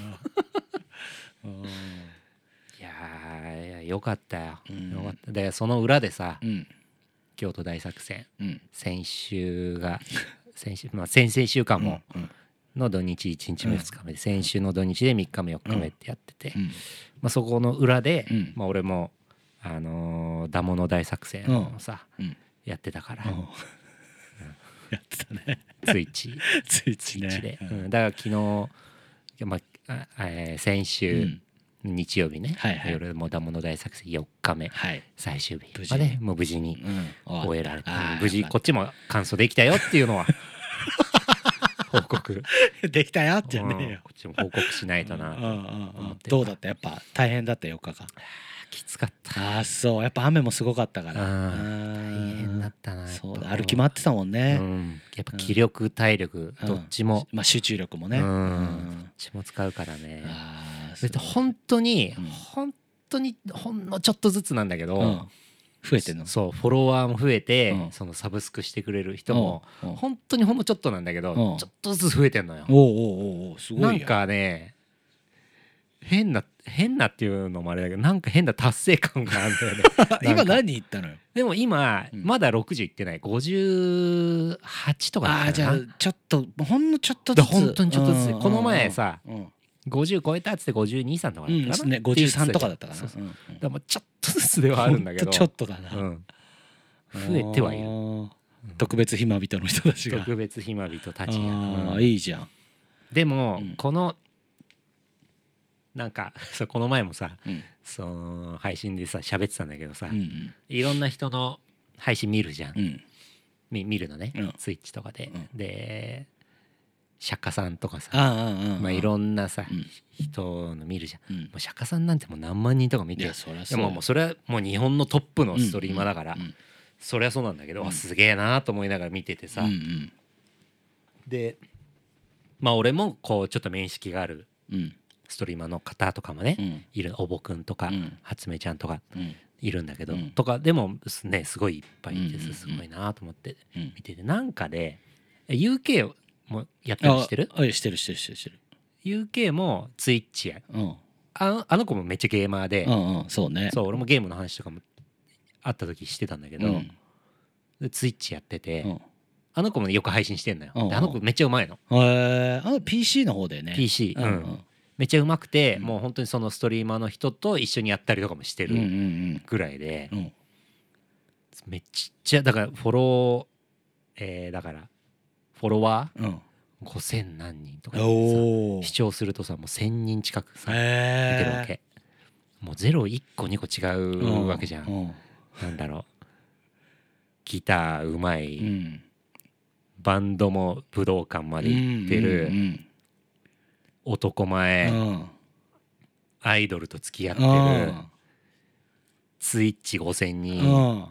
いやーいやよかったよ、 うんよかったでその裏でさ、 うん京都大作戦うん先週が先週まあ先々週間もうんの土日いちにちめふつかめで先週の土日でみっかめよっかめってやってて、 うんまあ、そこの裏で、 うんまあ、俺もあのーダモの大作戦をさ、 うんやってたから、 うんやってたねツイッチついついツイッチで、 ねうん、だから昨日、まああえー先う週、 ん日曜日ね、 はいはい夜もダモの大作戦よっかめはい最終日無事にまでもう無事にうん終えられて、 あーうん無事こっちも完走できたよっていうのは報告できたよじゃねえようんこっちも報告しないとなうんうんうん思ってどうだったやっぱ大変だったよっかかきつかったああそうやっぱ雨もすごかったからうん大変だったなそうやっぱだ歩き回ってたもんうねんやっぱ気力体力うんどっちもまあ集中力もねううんどっちも使うからねああそれと本当にうん本当にほんのちょっとずつなんだけうんど増えてんのそうフォロワーも増えてうんそのサブスクしてくれる人もうん本当にほんのちょっとなんだけどうんちょっとずつ増えてんのよおうおうおうおうすごいやなんかね変な変なっていうのもあれだけどなんか変な達成感があるんだよね今なんか何言ったのよでも今うんまだろくじゅういってないごじゅうはちとかだああじゃあったかなちょっとほんのちょっとずつだ本当にちょっとずつうんこの前さうんごじゅう超えたっつってごじゅうに、さんとかだったかな、 うんねごじゅうさんとかだったかなそうそううんだからまあちょっとずつではあるんだけどほんとちょっとだなうん、増えてはいるる特別ひま人の人たちが特別ひま人たちが、 ああうんいいじゃんでも、 うんこのなんかそうこの前もさうんその配信でさ喋ってたんだけどさ、 うんいろんな人の配信見るじゃん、 うんみ見るのね、 うんツイッチとかで、 うんで釈迦さんとかさああああまあいろんなさ、 うん人の見るじゃん、 うんもう釈迦さんなんてもう何万人とか見ていやそりゃでそうももうそれはもう日本のトップのストリーマーだから、 うんうんそりゃそうなんだけど、 うんあすげえなと思いながら見ててさ、 うんうんでまあ俺もこうちょっと面識があるうんストリーマーの方とかもね、 うんいるおぼくんとか、 うん初音ちゃんとかうんいるんだけど、 うんとかでもねすごいいっぱいいてうんうんうんすごいなと思ってうん見ててなんかで ユーケー もやったりしてるああしてるしてるしてるしてるユーケー もツイッチやうんあのあの子もめっちゃゲーマーで、 うんうんそうねそう俺もゲームの話とかもあった時してたんだけど、 うんでツイッチやってて、 うんあの子もねよく配信してんのよ、 うんであの子めっちゃうまいの、 へえあの ピーシー の方でねピーシー、 ううんんめっちゃうまくて、 うんもう本当にそのストリーマーの人と一緒にやったりとかもしてうんうんうるんぐらいで、 うんめっちゃだからフォロー、えーだからフォロワうんーごせん何人とかでおおさ視聴するとさもうせんにん近くさ見てるわへえけもうゼロいっこにこ違うわけじゃん、 うんなんだろうギターうまい、 うんバンドも武道館まで行ってる、 うんうん男前、 うんアイドルと付き合ってうる、 んツイッチごせんにん、 うん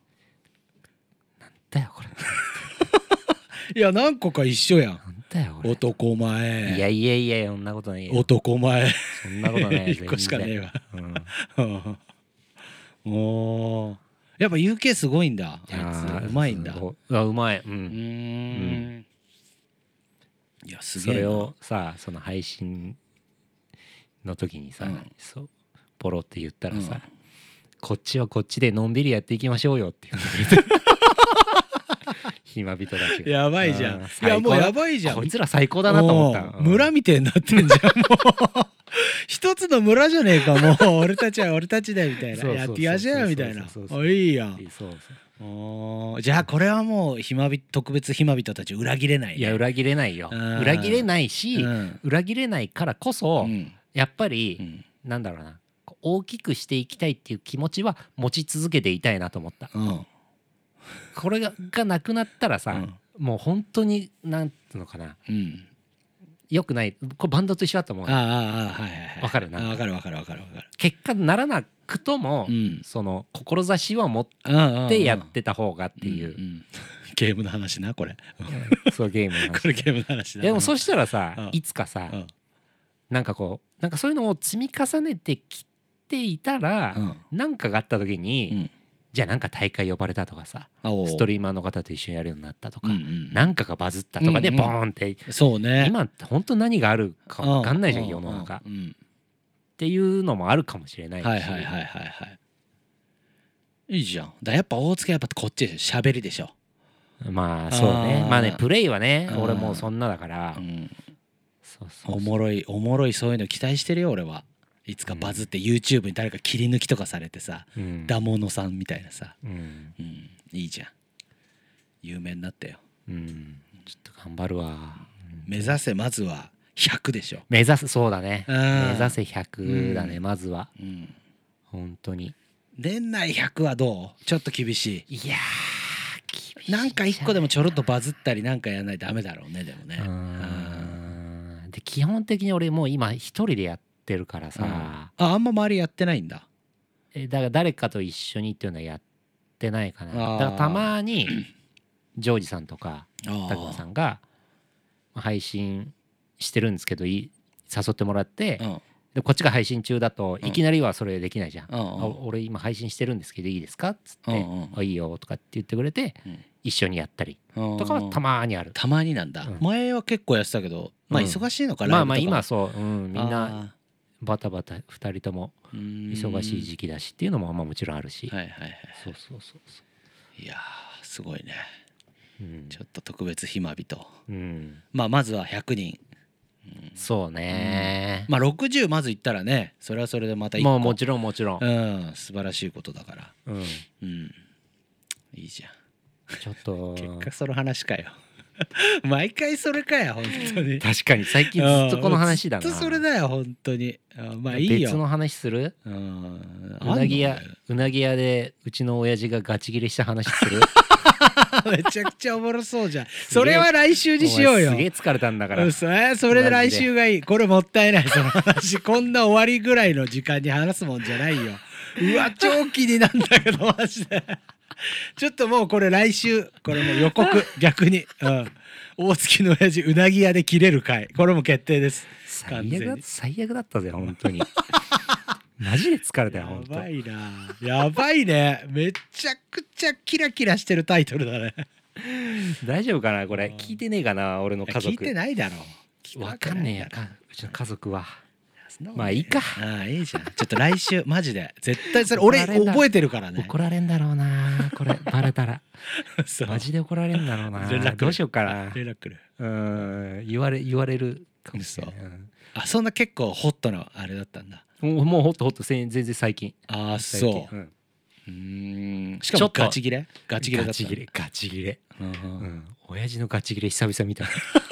だよこれいや何個か一緒やん。 なんだよこれ男前いやいやいやそんなことないよ男前そんなことない一個しかねえわ。 うんおーやっぱ ユーケー すごいんだ。あいいやーつうまいんだ。 すごいあうまいううーんんいやすげえな。 それをさその配信の時にさ、 うんそうポロって言ったらさ、 うんこっちはこっちでのんびりやっていきましょうよって言ってくれて暇人たちがやばいじゃん。 ういやもうやばいじゃん。 こいつら最高だなと思ったおー村みてえになってんじゃんもう一つの村じゃねえかもう俺たちは俺たちだよみたいなそうそうそうそうやってやしゃよみたいなそうそうそうあいいやん。 そうそうおーじゃあこれはもう暇人特別暇人たち裏切れないね。 いや裏切れないようん裏切れないし、 うん裏切れないからこそ、 うんやっぱり、 うんなんだろうな大きくしていきたいっていう気持ちは持ち続けていたいなと思ったうんこれががなくなったらさ、 うんもう本当になんていうのかなうん良くないこれバンドと一緒だと思うああああはいはいはいわかるなあわかるわかるわかるわかる。 結果ならなくとも、 うんその志は持っうんてやってた方がっていう、 んんゲームの話なこれそうゲームの話これゲームの話だ。 でもそしたらさ、 うんいつかさ、 うんなんかこうなんかそういうのを積み重ねてきていたら、 うんなんかがあった時に、 うんじゃあなんか大会呼ばれたとかさストリーマーの方と一緒にやるようになったとか、 うんうんなんかがバズったとかでうんうんボーンって、 そうね今って本当何があるか分かんないじゃん世の中っうんうんていうのもあるかもしれないし、 はいはいはいはいはいいいじゃん。だやっぱ大塚やっぱこっちでしょ喋りでしょ。 まあそうねあーまあねプレイはねうん俺もうそんなだから、 うんそうそうそうおもろいおもろいそういうの期待してるよ俺は。いつかバズって YouTube に誰か切り抜きとかされてさうんダモノさんみたいなさ、 うんうん、いいじゃん。有名になったよ。 うんちょっと頑張るわ、うん目指せまずはひゃくでしょ。 目指すそうだねうん目指せひゃくだね、 うんまずはうん本当に年内ひゃくはどう？ちょっと厳しい。 いやー厳しいなんか一個でもちょろっとバズったりなんかやらないとダメだろうねでもね。 うーんで基本的に俺もう今一人でやってるからさ、 うんああんま周りやってないんだ。 えだから誰かと一緒にっていうのはやってないかなだあーからたまにジョージさんとかあ拓磨さんが配信してるんですけどいい誘ってもらって、 うんでこっちが配信中だとうんいきなりはそれできないじゃん、 うんうんあ俺今配信してるんですけどいいですかっつって、 うんうんあいいよとかって言ってくれてうん一緒にやったりうんとかはたまにある、 たまになんだ、 うん前は結構やってたけどまあうん忙しいのか、 まあまあライブとか今そう、うん、みんなあバタバタふたりともー忙しい時期だしっていうのもまあもちろんあるし、 はいはいはいそうそうそうそいやーすごいね。 う、うんちょっと特別暇人。 うん、 まあまずはひゃくにん、 そうね、 まあろくじゅうまずいったらねそれはそれでまた一個もうもちろんもちろん、 うん素晴らしいことだからうん、 うんいいじゃん。 ちょっと結果その話かよ毎回それかよ本当に。 確かに最近ずっとこの話だなずっとそれだよ本当に。あまあいいよ。 別の話するうんうなぎ屋あんのうなぎ屋でうちの親父がガチ切れした話するめちゃくちゃおもろそうじゃん。それは来週にしようよ。 お前すげえ疲れたんだからうんそれそれで来週がいい。これもったいないその話。こんな終わりぐらいの時間に話すもんじゃないよ。うわ超気になんだけどマジで。ちょっともうこれ来週これもう予告逆に、うん、大月の親父うなぎ屋で切れる回これも決定です。 最悪だ最悪だったぜ本当にマジで疲れたよや本当ばいなやばいねめちゃくちゃキラキラしてるタイトルだね。 大丈夫かなこれ聞いてねえかな俺の家族聞いてないだろう。 わかんねえやかかうちの家族はそんなもんまあいいかああいいじゃん。ちょっと来週マジで絶対それ俺怒られんだ覚えてるからね。 怒られんだろうなこれバレたらそうマジで怒られんだろうな連絡来るどうしようかな連絡来る。 うん言われ言われるかもしれない、うんあそんな結構ホットなあれだったんだ。 もうもうほっとほっと全然最近ああ最そう。 近んうーんしかもちょっとガチ切れガチ切れだった。 ガチ切れガチ切れうんううんん親父のガチ切れ久々見た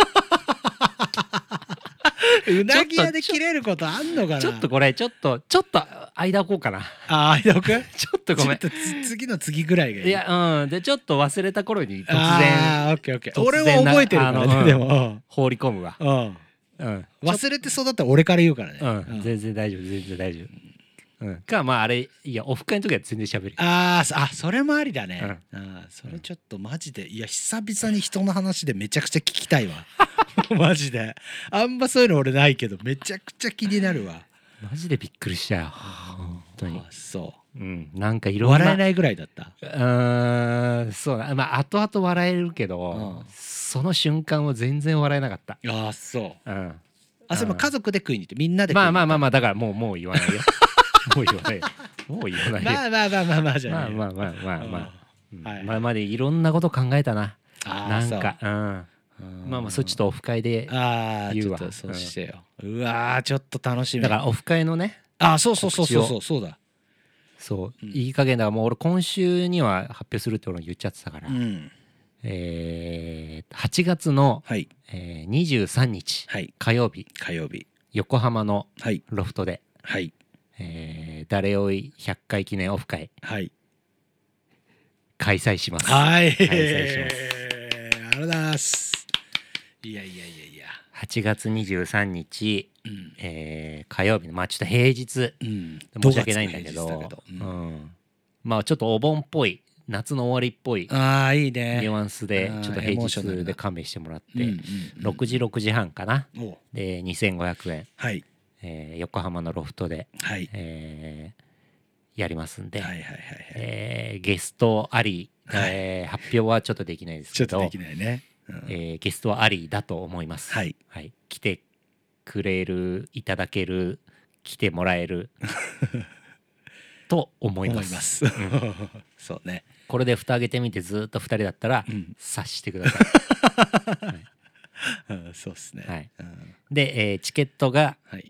うなぎ屋で切れることあんのかな。 ちょっとこれちょっとちょっと間置こうかなああ間置くちょっとごめんちょっとつ次の次ぐらいがいい。 いやうんでちょっと忘れた頃に突然ああオッケーオッケー。 突然俺も覚えてるからねあのうんでも放り込むわうんうんうん忘れてそうだったら俺から言うからね、 うんうん全然大丈夫全然大丈夫うんかまああれいやオフ会の時は全然喋るあーそあそれもありだね、あーそれちょっとマジでいや久々に人の話でめちゃくちゃ聞きたいわマジであんまそういうの俺ないけどめちゃくちゃ気になるわマジでびっくりしたよ本当にあそうんなんかいううろんな笑えないぐらいだったうーんそうだまあ後々笑えるけど、 うんその瞬間は全然笑えなかった、 あそううん、 あそれも家族で食いに行ってみんなで食いまあに行ったまあまあまあだからもうもう言わないよもう言わないよもう言わないよまあまあまあまあまあじゃまないあまあまあまあまあ、うんはいまあまあでいろんなこと考えたなあなんかうんうんまあまあそっちとオフ会でああ言うわちょっとそうしてよ、うわーちょっと楽しみだからオフ会のねあそうそうそうそうそうそうだそう、 うんいい加減だからもう俺今週には発表するって俺言っちゃってたから、 うんえーはちがつの、 はいえーにじゅうさんにちはい火曜日火曜日横浜のはいロフトで、 はいえー、誰おいひゃっかい記念オフ会はい開催しますはい開催しますありがとうございますいやいやいやいやはちがつにじゅうさんにち、 うんえー火曜日のまあちょっと平日うん申し訳ないんだけどどがつの平日だけうどうんん、まあちょっとお盆っぽい夏の終わりっぽいああいいニねュアンスであーちょっとエモー平ショナルな日で勘弁してもらって、 うんうんうんろくじろくじはんかなおでにせんごひゃくえん、 はいえー横浜のロフトで、 はいえーやりますんで、 はいはいはいはいえーゲストあり、 はいえー発表はちょっとできないですけどちょっとできないねうんえーゲストはありだと思います。 はい、 来てくれるいただける来てもらえると思い思います。 ますそうねこれで蓋開けてみてずっとふたりだったらうん察してください。はいうんそうっすねはいうんで、えーチケットが、 はい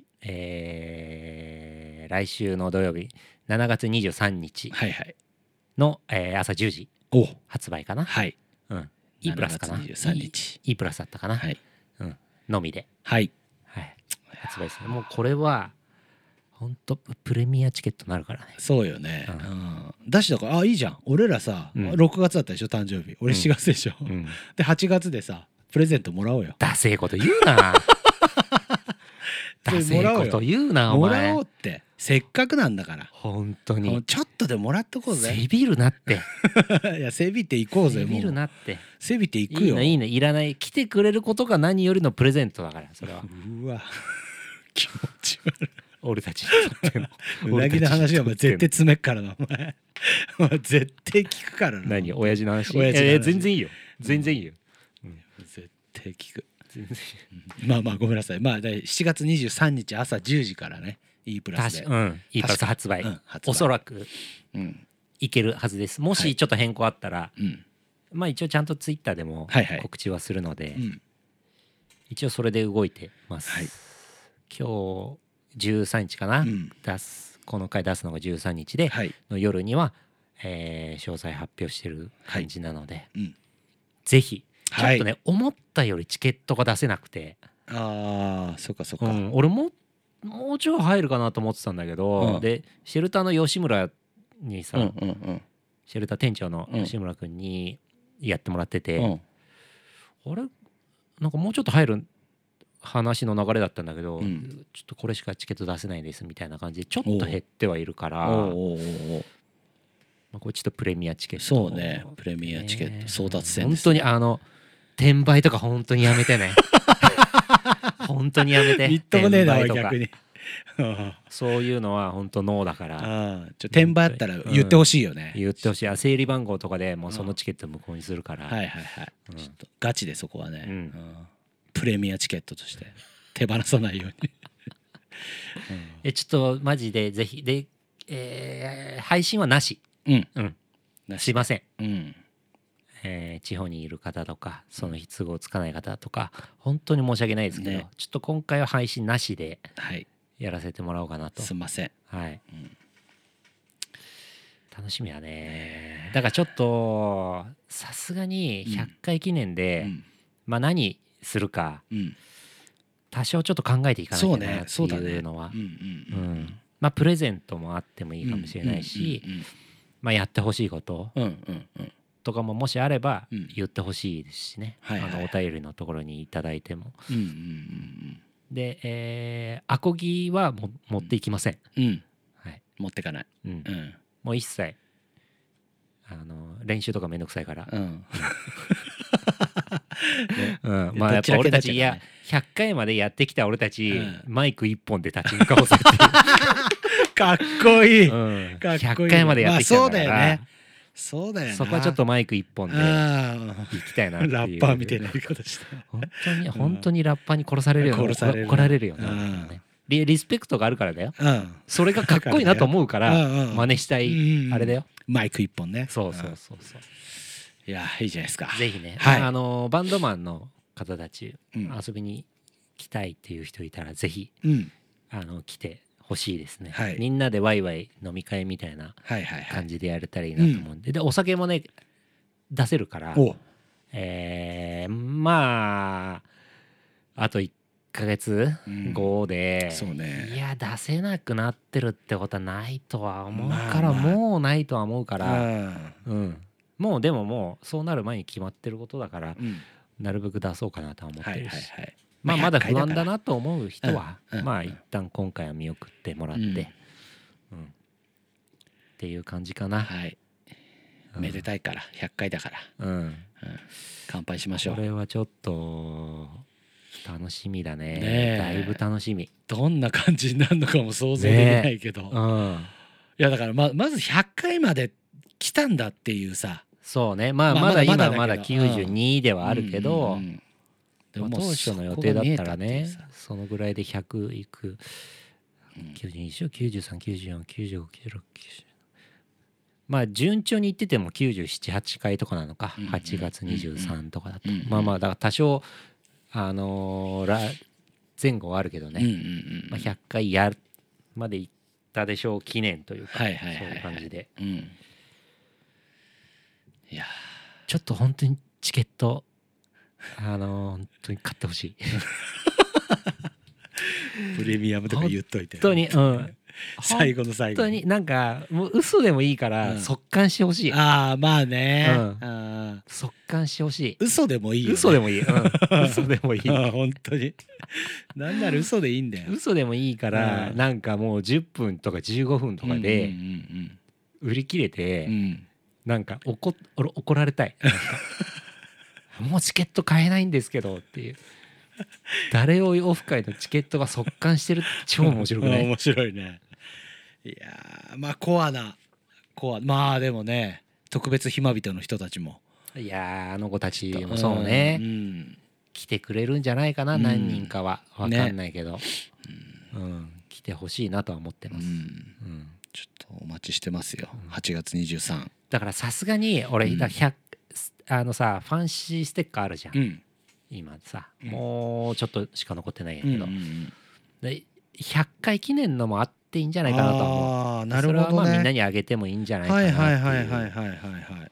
えー来週の土曜日しちがつにじゅうさんにちはいはいの、えー朝じゅうじお発売かな。 はいうん、E プラスかな。 しちがつにじゅうさんにち E, E プラスだったかな。 はいうん、のみで。 はいはい、発売ですね。もうこれは本当プレミアチケットになるからね。 そうよね、 ううんん、だしだからあいいじゃん俺らさ、 うんろくがつだったでしょ誕生日俺しがつでしょ、 うん、 ではちがつでさプレゼントもらおうよダセえこと言うな。ダセえこと言うなおもら前おうってせっかくなんだから本当にちょっとでもらっとこうぜせびるなっていやせびっていこうぜせびるもうなってせびっていくよいいのいいのいらない来てくれることが何よりのプレゼントだからそれはうわ気持ち悪い俺たちにとってのうなぎの話はお前絶対詰めっからなお前お前絶対聞くからな何親父の話親父の話えー全然いいよ全然いいよ絶対聞く全然まあまあごめんなさいまあでしちがつにじゅうさんにち朝じゅうじからね E プラスで確かうん E プラス発売うん発売おそらくうんいけるはずですもはいしちょっと変更あったらうんまあ一応ちゃんとツイッターでもはいはい告知はするのでうん一応それで動いてます、 はい今日じゅうさんにちかな、 うん出すこの回出すのがじゅうさんにちで、 はいの夜には、えー詳細発表してる感じなので、 うんぜひちょはいっとね、思ったよりチケットが出せなくて、 ああそっかそっかうん、俺ももうちょい入るかなと思ってたんだけど、 うんでシェルターの吉村にさ、 うんうんうんシェルター店長の吉村君にやってもらってて、 うんあれなんかもうちょっと入る話の流れだったんだけど、 うんちょっとこれしかチケット出せないですみたいな感じでちょっと減ってはいるから、 おうおうおうおうまあこれちょっとプレミアチケットそうねプレミアチケット争奪戦です本当にあの転売とか本当にやめてね本当にやめてみっともねえなおい転売とか逆にあそういうのは本当ノーだからあちょ転売あったら言ってほしいよね言ってほしいあ整理番号とかでもうそのチケット無効にするから、 はいはいはいうんちょっとガチでそこはねうんうんプレミアチケットとして手放さないようにえちょっとマジでぜひで、えー配信はなし、 うんうん、 なしすいません、 うんえー地方にいる方とかその日都合つかない方とか本当に申し訳ないですけど、 ねちょっと今回は配信なしではいやらせてもらおうかなとすんませんはい、 うん楽しみだねだからちょっとさすがにひゃっかい記念で、 うんまあ何するかうん多少ちょっと考えていかなきそうねゃなってそうだねいうのはうんうんうんまあプレゼントもあってもいいかもしれないし、まあやってほしいことうんうんうんうんとかももしあればうん言ってほしいですしね、 はいはいはいあのお便りのところにいただいてもうんうんうんで、えー、アコギはも持っていきません、 うんはい、 持ってかない、 うんうん、 もう一切あの練習とかめんどくさいから、 うんねうん、まあやっぱ俺たちいやひゃっかいまでやってきた俺たち、うん、マイク一本で立ち向かおうぜっていうかっこいい、 うん、 かっこいいひゃっかいまでやってきたんだから、まあ、 そうだよねそうだよなそこはちょっとマイク一本で行きたいなっていうラッパーみたいな言い方して本当に本当にラッパーに殺されるような怒られるよな、ね、リ, リスペクトがあるからだよ、うん、それがかっこいいなと思うから真似したいあれだよ、 マイク一本ねそうそうそうそういやいいじゃないですかぜひね、はい、あのバンドマンの方たち、うん、遊びに来たいっていう人いたらぜひ、うん、あの来てほしいですね、はい、みんなでワイワイ飲み会みたいな感じでやれたらいいなと思うんで、でお酒もね出せるから、えー、まああといっかげつごで、 うんそうね、 いや出せなくなってるってことはないとは思うから、まあまあ、もうないとは思うから、うん、もうでももうそうなる前に決まってることだから、うん、なるべく出そうかなとは思ってるし、はいはいはい、まあまだ不安だなと思う人は、うんうん、まあ一旦今回は見送ってもらって、うんうん、っていう感じかな。 はい、めでたいからひゃっかいだから、うんうん、乾杯しましょう。 これはちょっと楽しみだ ね, ねだいぶ楽しみ。 どんな感じになるのかも想像できないけど、ねうん、いやだから ま, まずひゃっかいまで来たんだっていうさ。 そうね、まあ、まだ今まだきゅうじゅうにではあるけど、でも当初の予定だったらねそのぐらいでひゃくいく、きゅうじゅうに、きゅうじゅうさん、きゅうじゅうよん、きゅうじゅうご、きゅうじゅうろく、きゅうじゅうまあ順調にいっててもきゅうじゅうなな、はちかいとかなのか、はちがつにじゅうさんとかだと、まあまあだから多少あの前後はあるけどね、まあひゃっかいやるまでいったでしょう記念というか、そういう感じで、いやちょっと本当にチケットあの本当に買ってほしいプレミアムとか言っといて本当に、うん、 最後の最後本当になんかもう嘘でもいいから速乾してほしい、 うん、ああまあね、うん、 あ速乾してほしい。 嘘でもいいよ、ね、 嘘でもいい、うん、嘘でもいい本当になんなら嘘でいいんだよ。 嘘でもいいから、うん、なんかもうじゅっぷんとかじゅうごふんとかで売り切れて、うん、なんか怒怒られたいもうチケット買えないんですけどっていう誰をオフ会のチケットが速乾してるって超面白くない？ 面白いね。いやまあコアなコアまあでもね特別暇人の人たちもいやあの子たちもそうね、うん、来てくれるんじゃないかな、うん、何人かは分かんないけど、ねうんうん、来てほしいなとは思ってます、うんうん、 ちょっとお待ちしてますよ、うん、はちがつにじゅうさんだからさすがに俺ひゃく、うん、あのさファンシーステッカーあるじゃん、うん今さ、うん、もうちょっとしか残ってないんやけど、うんうんうん、でひゃっかい記念のもあっていいんじゃないかなと思う。あなるほど、ね、それはまあみんなにあげてもいいんじゃないかなっていう。 はいはいはいはいはいはいはい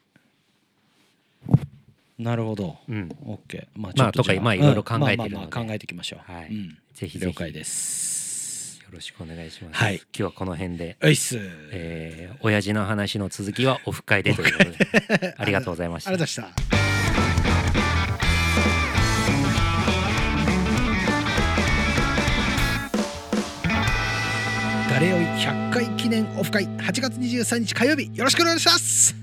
なるほど、うん、オッケーまあちょっと、まあ、とか今いろいろ考えてるので、うんまあまあまあ考えていきましょう、はいうん、 ぜひぜひ了解です。 よろしくお願いします、 はい、 今日はこの辺でおいっす、 えー、親父の話の続きはオフ会でということでありがとうございました。 ありがとうございました。ガレオイひゃっかい記念オフ会はちがつにじゅうさんにち火曜日よろしくお願いします。